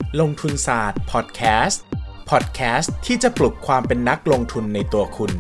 ลงทุนศาสตร์พอดแคสต์ที่จะปลุกความเป็นนักลงทุนในตัวคุณ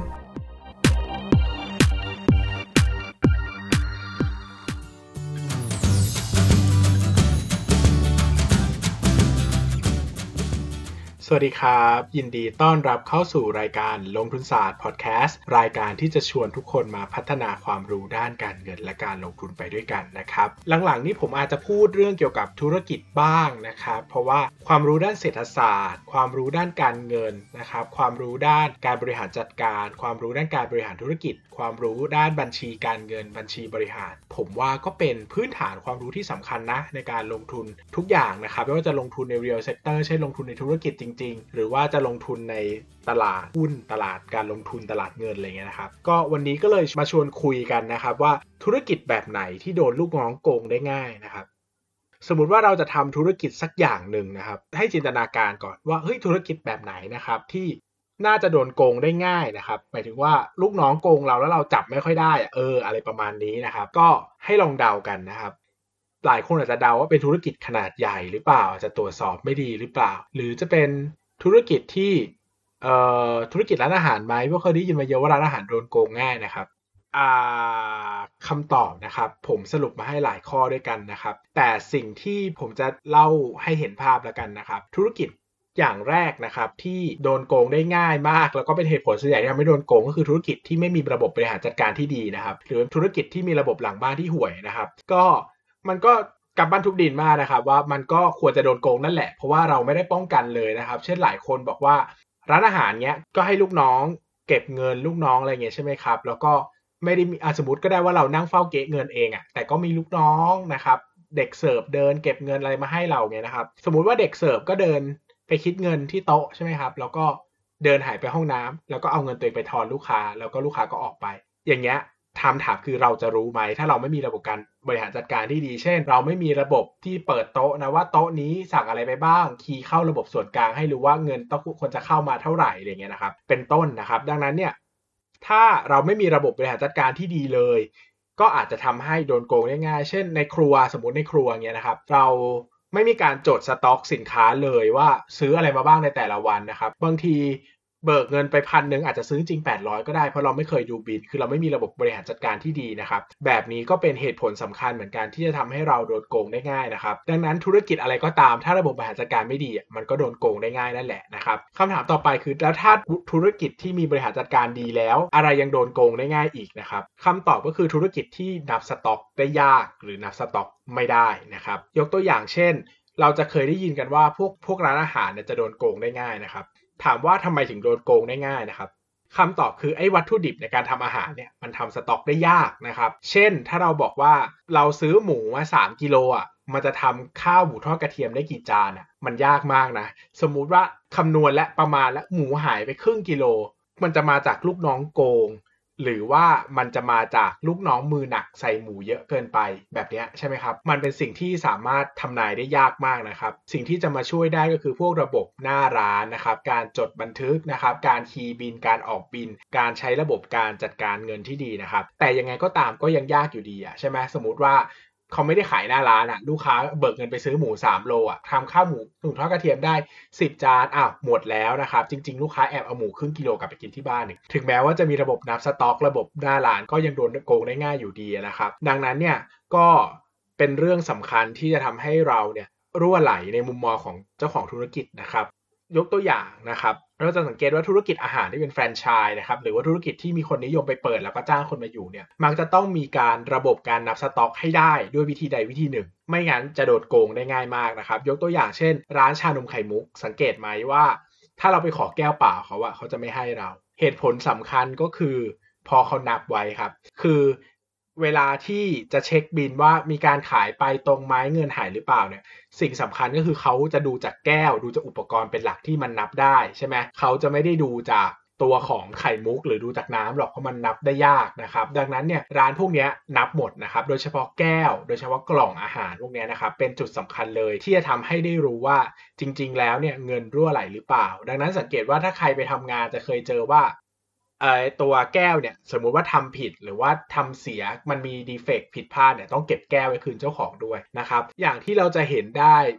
สวัสดีครับยินดีต้อนรับเข้าสู่รายการลงทุนศาสตร์พอดแคสต์รายการที่จะชวนทุกคนมาพัฒนาความรู้ด้านการเงินและการลงทุนไปด้วยกันนะครับหลังๆนี้ผมอาจจะพูดเรื่องเกี่ยวกับธุรกิจบ้างนะครับเพราะว่าความรู้ด้านเศรษฐศาสตร์ความรู้ด้านการเงินนะครับความรู้ด้านการบริหารจัดการความรู้ด้านการบริหารธุรกิจความรู้ด้านบัญชีการเงินบัญชีบริหารผมว่าก็เป็นพื้นฐานความรู้ที่สำคัญนะในการลงทุนทุกอย่างนะครับไม่ว่าจะลงทุนใน real sector เช่นลงทุนในธุรกิจจริงๆหรือว่าจะลงทุนในตลาดหุ้นตลาดการลงทุนตลาดเงินอะไรเงี้ยนะครับก็วันนี้ก็เลยมาชวนคุยกันนะครับว่าธุรกิจแบบไหนที่โดนลูกน้องโกงได้ง่ายนะครับสมมุติว่าเราจะทำธุรกิจสักอย่างหนึ่งนะครับให้จินตนาการก่อนว่าเฮ้ยธุรกิจแบบไหนนะครับที่น่าจะโดนโกงได้ง่ายนะครับหมายถึงว่าลูกน้องโกงเราแล้วเราจับไม่ค่อยได้อะไรประมาณนี้นะครับก็ให้ลองเดากันนะครับหลายคนอาจจะเดาว่าเป็นธุรกิจขนาดใหญ่หรือเปล่าอาจจะตรวจสอบไม่ดีหรือเปล่าหรือจะเป็นธุรกิจที่ธุรกิจร้านอาหารไหมเพราะเคยได้ยินมาเยอะว่าร้านอาหารโดนโกงง่ายนะครับคำตอบนะครับผมสรุปมาให้หลายข้อด้วยกันนะครับแต่สิ่งที่ผมจะเล่าให้เห็นภาพแล้วกันนะครับธุรกิจอย่างแรกนะครับที่โดนโกงได้ง่ายมากแล้วก็เป็นเหตุผลส่วนใหญ่ที่ทำให้โดนโกงก็คือธุรกิจที่ไม่มีระบบบริหารจัดการที่ดีนะครับหรือธุรกิจที่มีระบบหลังบ้านที่ห่วยนะครับก็มันก็กำปั้นทุบดินมากนะครับว่ามันก็ควรจะโดนโกงนั่นแหละเพราะว่าเราไม่ได้ป้องกันเลยนะครับเช่นหลายคนบอกว่าร้านอาหารเนี้ยก็ให้ลูกน้องเก็บเงินลูกน้องอะไรเงี้ยใช่ไหมครับแล้วก็ไม่ได้มีสมมติก็ได้ว่าเรานั่งเฝ้าเก็บเงินเองแต่ก็มีลูกน้องนะครับเด็กเสิร์ฟเดินเก็บเงินอะไรมาให้เราเงี้ยนะครับสมมุติว่าเด็กเสิร์ฟก็เดินไปคิดเงินที่โต๊ะใช่ไหมครับแล้วก็เดินหายไปห้องน้ำแล้วก็เอาเงินตัวเองไปทอนลูกค้าแล้วก็ลูกค้าก็ออกไปอย่างเงี้ยถามคือเราจะรู้ไหมถ้าเราไม่มีระบบการบริหารจัดการที่ดีเช่นเราไม่มีระบบที่เปิดโต๊ะนะว่าโต๊ะนี้สั่งอะไรไปบ้างคีย์เข้าระบบส่วนกลางให้รู้ว่าเงินต้องควรจะเข้ามาเท่าไหร่อะไรเงี้ยนะครับเป็นต้นนะครับดังนั้นเนี่ยถ้าเราไม่มีระบบบริหารจัดการที่ดีเลยก็อาจจะทำให้โดนโกงได้ง่ายเช่นในครัวสมมติในครัวเงี้ยนะครับเราไม่มีการจดสต็อกสินค้าเลยว่าซื้ออะไรมาบ้างในแต่ละวันนะครับบางทีเบิกเงินไป1,000อาจจะซื้อจริง800ก็ได้เพราะเราไม่เคยดูบิลคือเราไม่มีระบบบริหารจัดการที่ดีนะครับแบบนี้ก็เป็นเหตุผลสำคัญเหมือนกันที่จะทำให้เราโดนโกงได้ง่ายนะครับดังนั้นธุรกิจอะไรก็ตามถ้าระบบบริหารจัดการไม่ดีมันก็โดนโกงได้ง่ายนั่นแหละนะครับคำถามต่อไปคือแล้วถ้าธุรกิจที่มีบริหารจัดการดีแล้วอะไรยังโดนโกงได้ง่ายอีกนะครับคำตอบก็คือธุรกิจที่นับสต็อกได้ยากหรือนับสต็อกไม่ได้นะครับยกตัวอย่างเช่นเราจะเคยได้ยินกันว่าพวกร้านอาหารเนี่ยจะโดนโกงได้ง่ายนะครับถามว่าทำไมถึงโดนโกงได้ง่ายนะครับคำตอบคือไอ้วัตถุดิบในการทำอาหารเนี่ยมันทำสต็อกได้ยากนะครับเช่นถ้าเราบอกว่าเราซื้อหมูมา3กิโลมันจะทำข้าวหมูทอดกระเทียมได้กี่จานมันยากมากนะสมมุติว่าคำนวณและประมาณและหมูหายไปครึ่งกิโลมันจะมาจากลูกน้องโกงหรือว่ามันจะมาจากลูกน้องมือหนักใส่หมูเยอะเกินไปแบบนี้ใช่ไหมครับมันเป็นสิ่งที่สามารถทำนายได้ยากมากนะครับสิ่งที่จะมาช่วยได้ก็คือพวกระบบหน้าร้านนะครับการจดบันทึกนะครับการคีย์บิลการออกบิลการใช้ระบบการจัดการเงินที่ดีนะครับแต่ยังไงก็ตามก็ยังยากอยู่ดีใช่ไหมสมมุติว่าเขาไม่ได้ขายหน้าร้านลูกค้าเบิกเงินไปซื้อหมู3โลทำข้าวหมูทอดกระเทียมได้10จานหมดแล้วนะครับจริงๆลูกค้าแอบเอาหมูครึ่งกิโลกลับไปกินที่บ้านถึงแม้ว่าจะมีระบบนับสต็อกระบบหน้าร้านก็ยังโดนโกงได้ง่ายอยู่ดีนะครับดังนั้นเนี่ยก็เป็นเรื่องสำคัญที่จะทำให้เราเนี่ยรั่วไหลในมุมมองของเจ้าของธุรกิจนะครับยกตัวอย่างนะครับเราจะสังเกตว่าธุรกิจอาหารที่เป็นแฟรนไชส์นะครับหรือว่าธุรกิจที่มีคนนิยมไปเปิดแล้วก็จ้างคนมาอยู่เนี่ยมักจะต้องมีการระบบการนับสต็อกให้ได้ด้วยวิธีใดวิธีหนึ่งไม่งั้นจะโดนโกงได้ง่ายมากนะครับยกตัวอย่างเช่นร้านชานมไข่มุกสังเกตไหมว่าถ้าเราไปขอแก้วเปล่าเขาจะไม่ให้เราเหตุผลสำคัญก็คือพอเขานับไว้ครับคือเวลาที่จะเช็คบิลว่ามีการขายไปตรงไหมเงินหายหรือเปล่าเนี่ยสิ่งสำคัญก็คือเขาจะดูจากแก้วดูจากอุปกรณ์เป็นหลักที่มันนับได้ใช่ไหมเขาจะไม่ได้ดูจากตัวของไข่มุกหรือดูจากน้ำหรอกเพราะมันนับได้ยากนะครับดังนั้นเนี่ยร้านพวกนี้นับหมดนะครับโดยเฉพาะแก้วโดยเฉพาะกล่องอาหารพวกนี้นะครับเป็นจุดสำคัญเลยที่จะทำให้ได้รู้ว่าจริงๆแล้วเนี่ยเงินรั่วไหลหรือเปล่าดังนั้นสังเกตว่าถ้าใครไปทำงานจะเคยเจอว่าตัวแก้วเนี่ยสมมุติว่าทำผิดหรือว่าทำเสียมันมีดีเฟกต์ผิดพลาดเนี่ยต้องเก็บแก้วไว้คืนเจ้าของด้วยนะครับอย่างที่เราจะเห็นได้ใน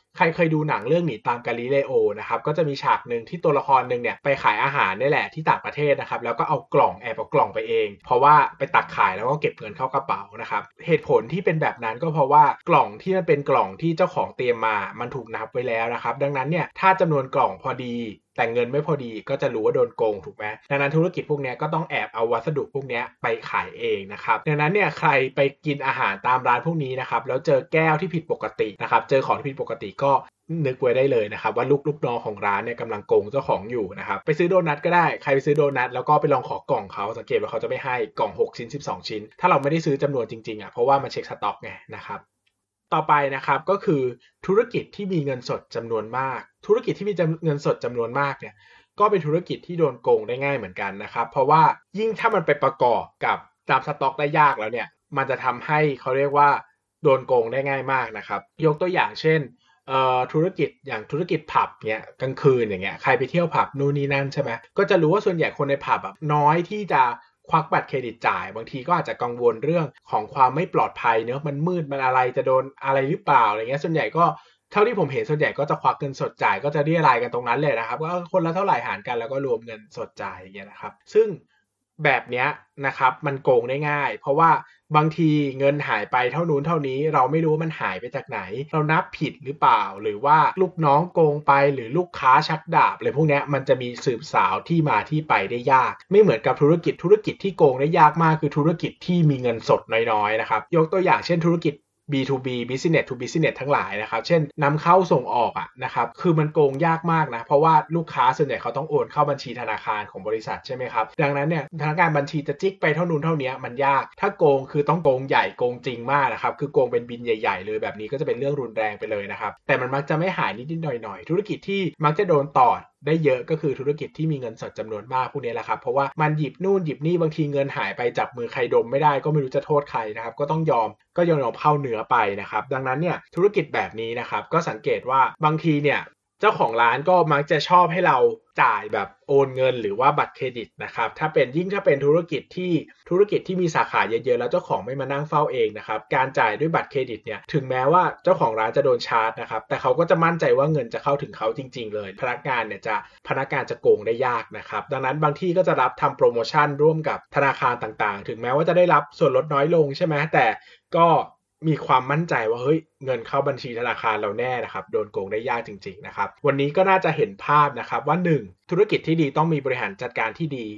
ใครเคยดูหนังเรื่องหนีตามกาลิเลโอนะครับก็จะมีฉากหนึ่งที่ตัวละครหนึ่งเนี่ยไปขายอาหารนี่แหละที่ต่างประเทศนะครับแล้วก็เอากล่องเอากล่องไปเองเพราะว่าไปตักขายแล้วก็เก็บเงินเข้ากระเป๋านะครับเหตุผลที่เป็นแบบนั้นก็เพราะว่ากล่องที่มันเป็นกล่องที่เจ้าของเตรียมมามันถูกนับไว้แล้วนะครับดังนั้นเนี่ยถ้าจำนวนกล่องพอดีแต่เงินไม่พอดีก็จะรู้ว่าโดนโกงถูกไหมดังนั้นธุรกิจพวกนี้ก็ต้องแอบเอาวัสดุพวกนี้ไปขายเองนะครับดังนั้นเนี่ยใครไปกินอาหารตามร้านพวกนี้นะครับแล้วเจอแก้วที่ผิดปกตินะครับเจอของที่ผิดปกติก็นึกไว้ได้เลยนะครับว่าลูกน้องของร้านเนี่ยกำลังโกงเจ้าของอยู่นะครับไปซื้อโดนัทก็ได้ใครไปซื้อโดนัทแล้วก็ไปลองขอกล่องเขาสังเกตว่าเขาจะไม่ให้กล่อง6ชิ้น12ชิ้นถ้าเราไม่ได้ซื้อจำนวนจริงๆเพราะว่ามันเช็คสต็อกไงนะครับต่อไปนะครับก็คือธุรกิจที่มีเงินสดจำนวนมากธุรกิจที่มีเงินสดจำนวนมากเนี่ยก็เป็นธุรกิจที่โดนโกงได้ง่ายเหมือนกันนะครับเพราะว่ายิ่งถ้ามันไปประกอบกับจำสต็อกได้ยากแล้วเนี่ยมันจะทำให้เขาเรียกว่าโดนโกงได้ง่ายมากนะครับยกตัวอย่างเช่นธุรกิจอย่างธุรกิจผับเนี่ยกลางคืนอย่างเงี้ยใครไปเที่ยวผับนู่นนี่นั่นใช่ไหมก็จะรู้ว่าส่วนใหญ่คนในผับน้อยที่จะควักบัตรเครดิตจ่ายบางทีก็อาจจะกังวลเรื่องของความไม่ปลอดภัยเนอะมันมืดมันอะไรจะโดนอะไรหรือเปล่าอะไรเงี้ยส่วนใหญ่ก็เท่าที่ผมเห็นส่วนใหญ่ก็จะควักเงินสดจ่ายก็จะเรียรายกันตรงนั้นเลยนะครับว่าคนละเท่าไหร่หารกันแล้วก็รวมเงินสดจ่ายอย่างเงี้ยนะครับซึ่งแบบเนี้ยนะครับมันโกงได้ง่ายเพราะว่าบางทีเงินหายไปเท่านู้นเท่านี้เราไม่รู้ว่ามันหายไปจากไหนเรานับผิดหรือเปล่าหรือว่าลูกน้องโกงไปหรือลูกค้าชักดาบอะไรพวกนี้มันจะมีสืบสาวที่มาที่ไปได้ยากไม่เหมือนกับธุรกิจที่โกงได้ยากมากคือธุรกิจที่มีเงินสดน้อยๆนะครับยกตัวอย่างเช่นธุรกิจ B2B business to business ทั้งหลายนะครับเช่นนำเข้าส่งออกนะครับคือมันโกงยากมากนะเพราะว่าลูกค้าส่วนใหญ่เขาต้องโอนเข้าบัญชีธนาคารของบริษัทใช่ไหมครับดังนั้นเนี่ยพนักงานบัญชีจะจิ๊กไปเท่านู้นเท่านี้มันยากถ้าโกงคือต้องโกงใหญ่โกงจริงมากนะครับคือโกงเป็นบินใหญ่ๆเลยแบบนี้ก็จะเป็นเรื่องรุนแรงไปเลยนะครับแต่มันมักจะไม่หายนิดๆหน่อยๆธุรกิจที่มักจะโดนตอดได้เยอะก็คือธุรกิจที่มีเงินสดจำนวนมากพวกนี้แหละครับเพราะว่ามันหยิบนู่นหยิบนี่บางทีเงินหายไปจับมือใครดมไม่ได้ก็ไม่รู้จะโทษใครนะครับก็ต้องยอมเข้าเนื้อไปนะครับดังนั้นเนี่ยธุรกิจแบบนี้นะครับก็สังเกตว่าบางทีเนี่ยเจ้าของร้านก็มักจะชอบให้เราจ่ายแบบโอนเงินหรือว่าบัตรเครดิตนะครับถ้าเป็นธุรกิจที่มีสาขาเยอะๆแล้วเจ้าของไม่มานั่งเฝ้าเองนะครับการจ่ายด้วยบัตรเครดิตเนี่ยถึงแม้ว่าเจ้าของร้านจะโดนชาร์จนะครับแต่เขาก็จะมั่นใจว่าเงินจะเข้าถึงเขาจริงๆเลยพนักงานจะโกงได้ยากนะครับดังนั้นบางที่ก็จะรับทำโปรโมชั่นร่วมกับธนาคารต่างๆถึงแม้ว่าจะได้รับส่วนลดน้อยลงใช่ไหมแต่ก็มีความมั่นใจว่าเฮ้ยเงินเข้าบัญชีธนาคารเราแน่นะครับโดนโกงได้ยากจริงๆนะครับวันนี้ก็น่าจะเห็นภาพนะครับว่า1ธุรกิจที่ดีต้องมีบริหารจัดการที่ดี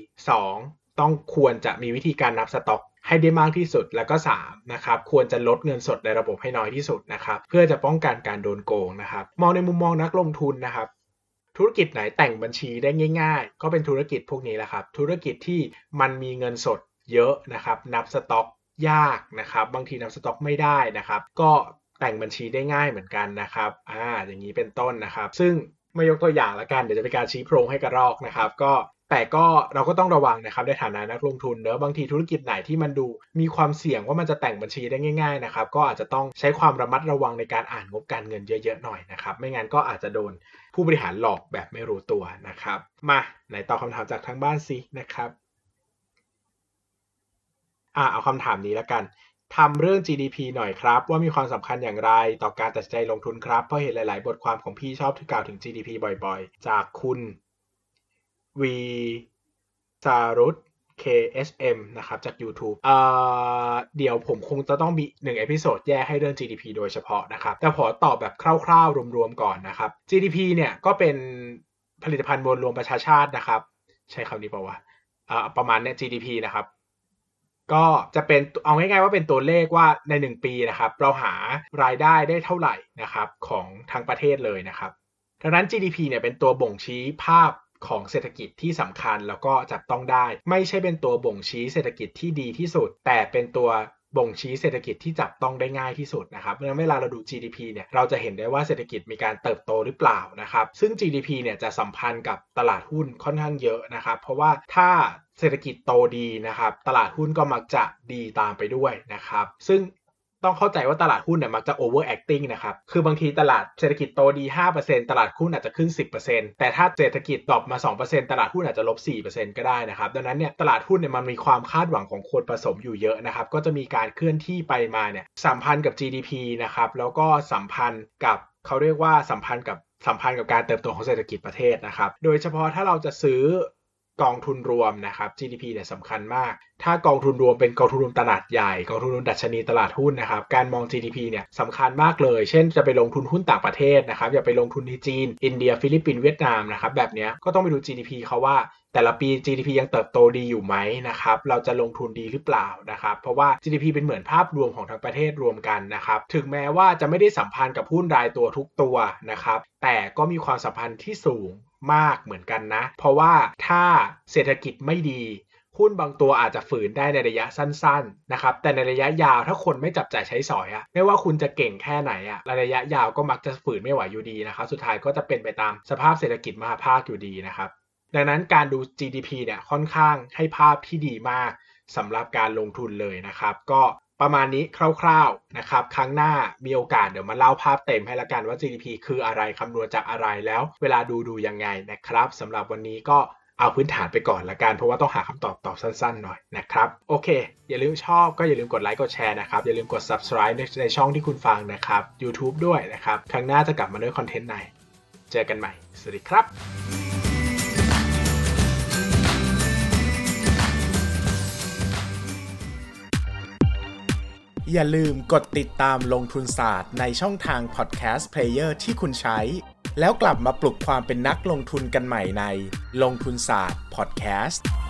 2ต้องควรจะมีวิธีการนับสต็อกให้ได้มากที่สุดแล้วก็3นะครับควรจะลดเงินสดในระบบให้น้อยที่สุดนะครับเพื่อจะป้องกันการโดนโกงนะครับมองในมุมมองนักลงทุนนะครับธุรกิจไหนแต่งบัญชีได้ง่ายๆก็เป็นธุรกิจพวกนี้แหละครับธุรกิจที่มันมีเงินสดเยอะนะครับนับสต็อกยากนะครับบางทีนับสต็อกไม่ได้นะครับก็แต่งบัญชีได้ง่ายเหมือนกันนะครับอย่างนี้เป็นต้นนะครับซึ่งไม่ยกตัวอย่างละกันเดี๋ยวจะเป็นการชี้โพรงให้กระรอกนะครับแต่ก็เราก็ต้องระวังนะครับในฐานะนักลงทุนเนอะบางทีธุรกิจไหนที่มันดูมีความเสี่ยงว่ามันจะแต่งบัญชีได้ง่ายๆนะครับก็อาจจะต้องใช้ความระมัดระวังในการอ่านงบการเงินเยอะๆหน่อยนะครับไม่งั้นก็อาจจะโดนผู้บริหารหลอกแบบไม่รู้ตัวนะครับมาไหนตอบคำถามจากทางบ้านสินะครับเอาคำถามนี้แล้วกันทำเรื่อง GDP หน่อยครับว่ามีความสำคัญอย่างไรต่อการตัดสินใจลงทุนครับเพราะเห็นหลายๆบทความของพี่ชอบกล่าวถึง GDP บ่อยๆจากคุณวีจารุต KSM นะครับจาก YouTube เดี๋ยวผมคงจะต้องมี1เอพิโซดแยกให้เรื่อง GDP โดยเฉพาะนะครับแต่ขอตอบแบบคร่าวๆรวมๆก่อนนะครับ GDP เนี่ยก็เป็นผลิตภัณฑ์มวลรวมประชาชาตินะครับใช้คำนี้เปล่าวะประมาณเนี้ย GDP นะครับก็จะเป็นเอาง่ายๆว่าเป็นตัวเลขว่าใน1ปีนะครับเราหารายได้ได้เท่าไหร่นะครับของทั้งประเทศเลยนะครับดังนั้น GDP เนี่ยเป็นตัวบ่งชี้ภาพของเศรษฐกิจที่สำคัญแล้วก็จับต้องได้ไม่ใช่เป็นตัวบ่งชี้เศรษฐกิจที่ดีที่สุดแต่เป็นตัวบ่งชี้เศรษฐกิจที่จับต้องได้ง่ายที่สุดนะครับเพราะฉะนั้นเวลาเราดู GDP เนี่ยเราจะเห็นได้ว่าเศรษฐกิจมีการเติบโตหรือเปล่านะครับซึ่ง GDP เนี่ยจะสัมพันธ์กับตลาดหุ้นค่อนข้างเยอะนะครับเพราะว่าถ้าเศรษฐกิจโตดีนะครับตลาดหุ้นก็มักจะดีตามไปด้วยนะครับซึ่งต้องเข้าใจว่าตลาดหุ้นเนี่ยมักจะ overacting นะครับคือบางทีตลาดเศรษฐกิจโตดี 5% ตลาดหุ้นอาจจะขึ้น 10% แต่ถ้าเศรษฐกิจดรอปมา 2% ตลาดหุ้นอาจจะลบ 4% ก็ได้นะครับดังนั้นเนี่ยตลาดหุ้นเนี่ยมันมีความคาดหวังของคนผสมอยู่เยอะนะครับก็จะมีการเคลื่อนที่ไปมาเนี่ยสัมพันธ์กับ GDP นะครับแล้วก็สัมพันธ์กับเขาเรียกว่าสัมพันธ์กับการเติบโตของเศรษฐกิจประเทศนะครับโดยเฉพาะถ้าเราจะซื้อกองทุนรวมนะครับ GDP เนี่ยสำคัญมากถ้ากองทุนรวมเป็นกองทุนรวมตลาดใหญ่กองทุนรวมดัชนีตลาดหุ้นนะครับการมอง GDP เนี่ยสำคัญมากเลยเช่นจะไปลงทุนหุ้นต่างประเทศนะครับอย่าไปลงทุนที่จีนอินเดียฟิลิปปินส์เวียดนามนะครับแบบนี้ก็ต้องไปดู GDP เขาว่าแต่ละปี GDP ยังเติบโตดีอยู่ไหมนะครับเราจะลงทุนดีหรือเปล่านะครับเพราะว่า GDP เป็นเหมือนภาพรวมของทั้งประเทศรวมกันนะครับถึงแม้ว่าจะไม่ได้สัมพันธ์กับหุ้นรายตัวทุกตัวนะครับแต่ก็มีความสัมพันธ์ที่สูงมากเหมือนกันนะเพราะว่าถ้าเศรษฐกิจไม่ดีหุ้นบางตัวอาจจะฝืนได้ในระยะสั้นๆนะครับแต่ในระยะยาวถ้าคนไม่จับจ่ายใช้สอยไม่ว่าคุณจะเก่งแค่ไหนระยะยาวก็มักจะฝืนไม่ไหวอยู่ดีนะครับสุดท้ายก็จะเป็นไปตามสภาพเศรษฐกิจมหภาคอยู่ดีนะครับดังนั้นการดู GDP เนี่ยค่อนข้างให้ภาพที่ดีมากสำหรับการลงทุนเลยนะครับก็ประมาณนี้คร่าวๆนะครับครั้งหน้ามีโอกาสเดี๋ยวมาเล่าภาพเต็มให้ละกันว่า GDP คืออะไรคำนวณจากอะไรแล้วเวลาดูยังไงนะครับสำหรับวันนี้ก็เอาพื้นฐานไปก่อนละกันเพราะว่าต้องหาคำตอบสั้นๆหน่อยนะครับโอเคอย่าลืมชอบก็อย่าลืมกดไลค์กดแชร์นะครับอย่าลืมกด subscribe ในช่องที่คุณฟังนะครับ YouTube ด้วยนะครับครั้งหน้าจะกลับมาด้วยคอนเทนต์ไหนเจอกันใหม่สวัสดีครับอย่าลืมกดติดตามลงทุนศาสตร์ในช่องทาง Podcast Player ที่คุณใช้แล้วกลับมาปลุกความเป็นนักลงทุนกันใหม่ในลงทุนศาสตร์ Podcast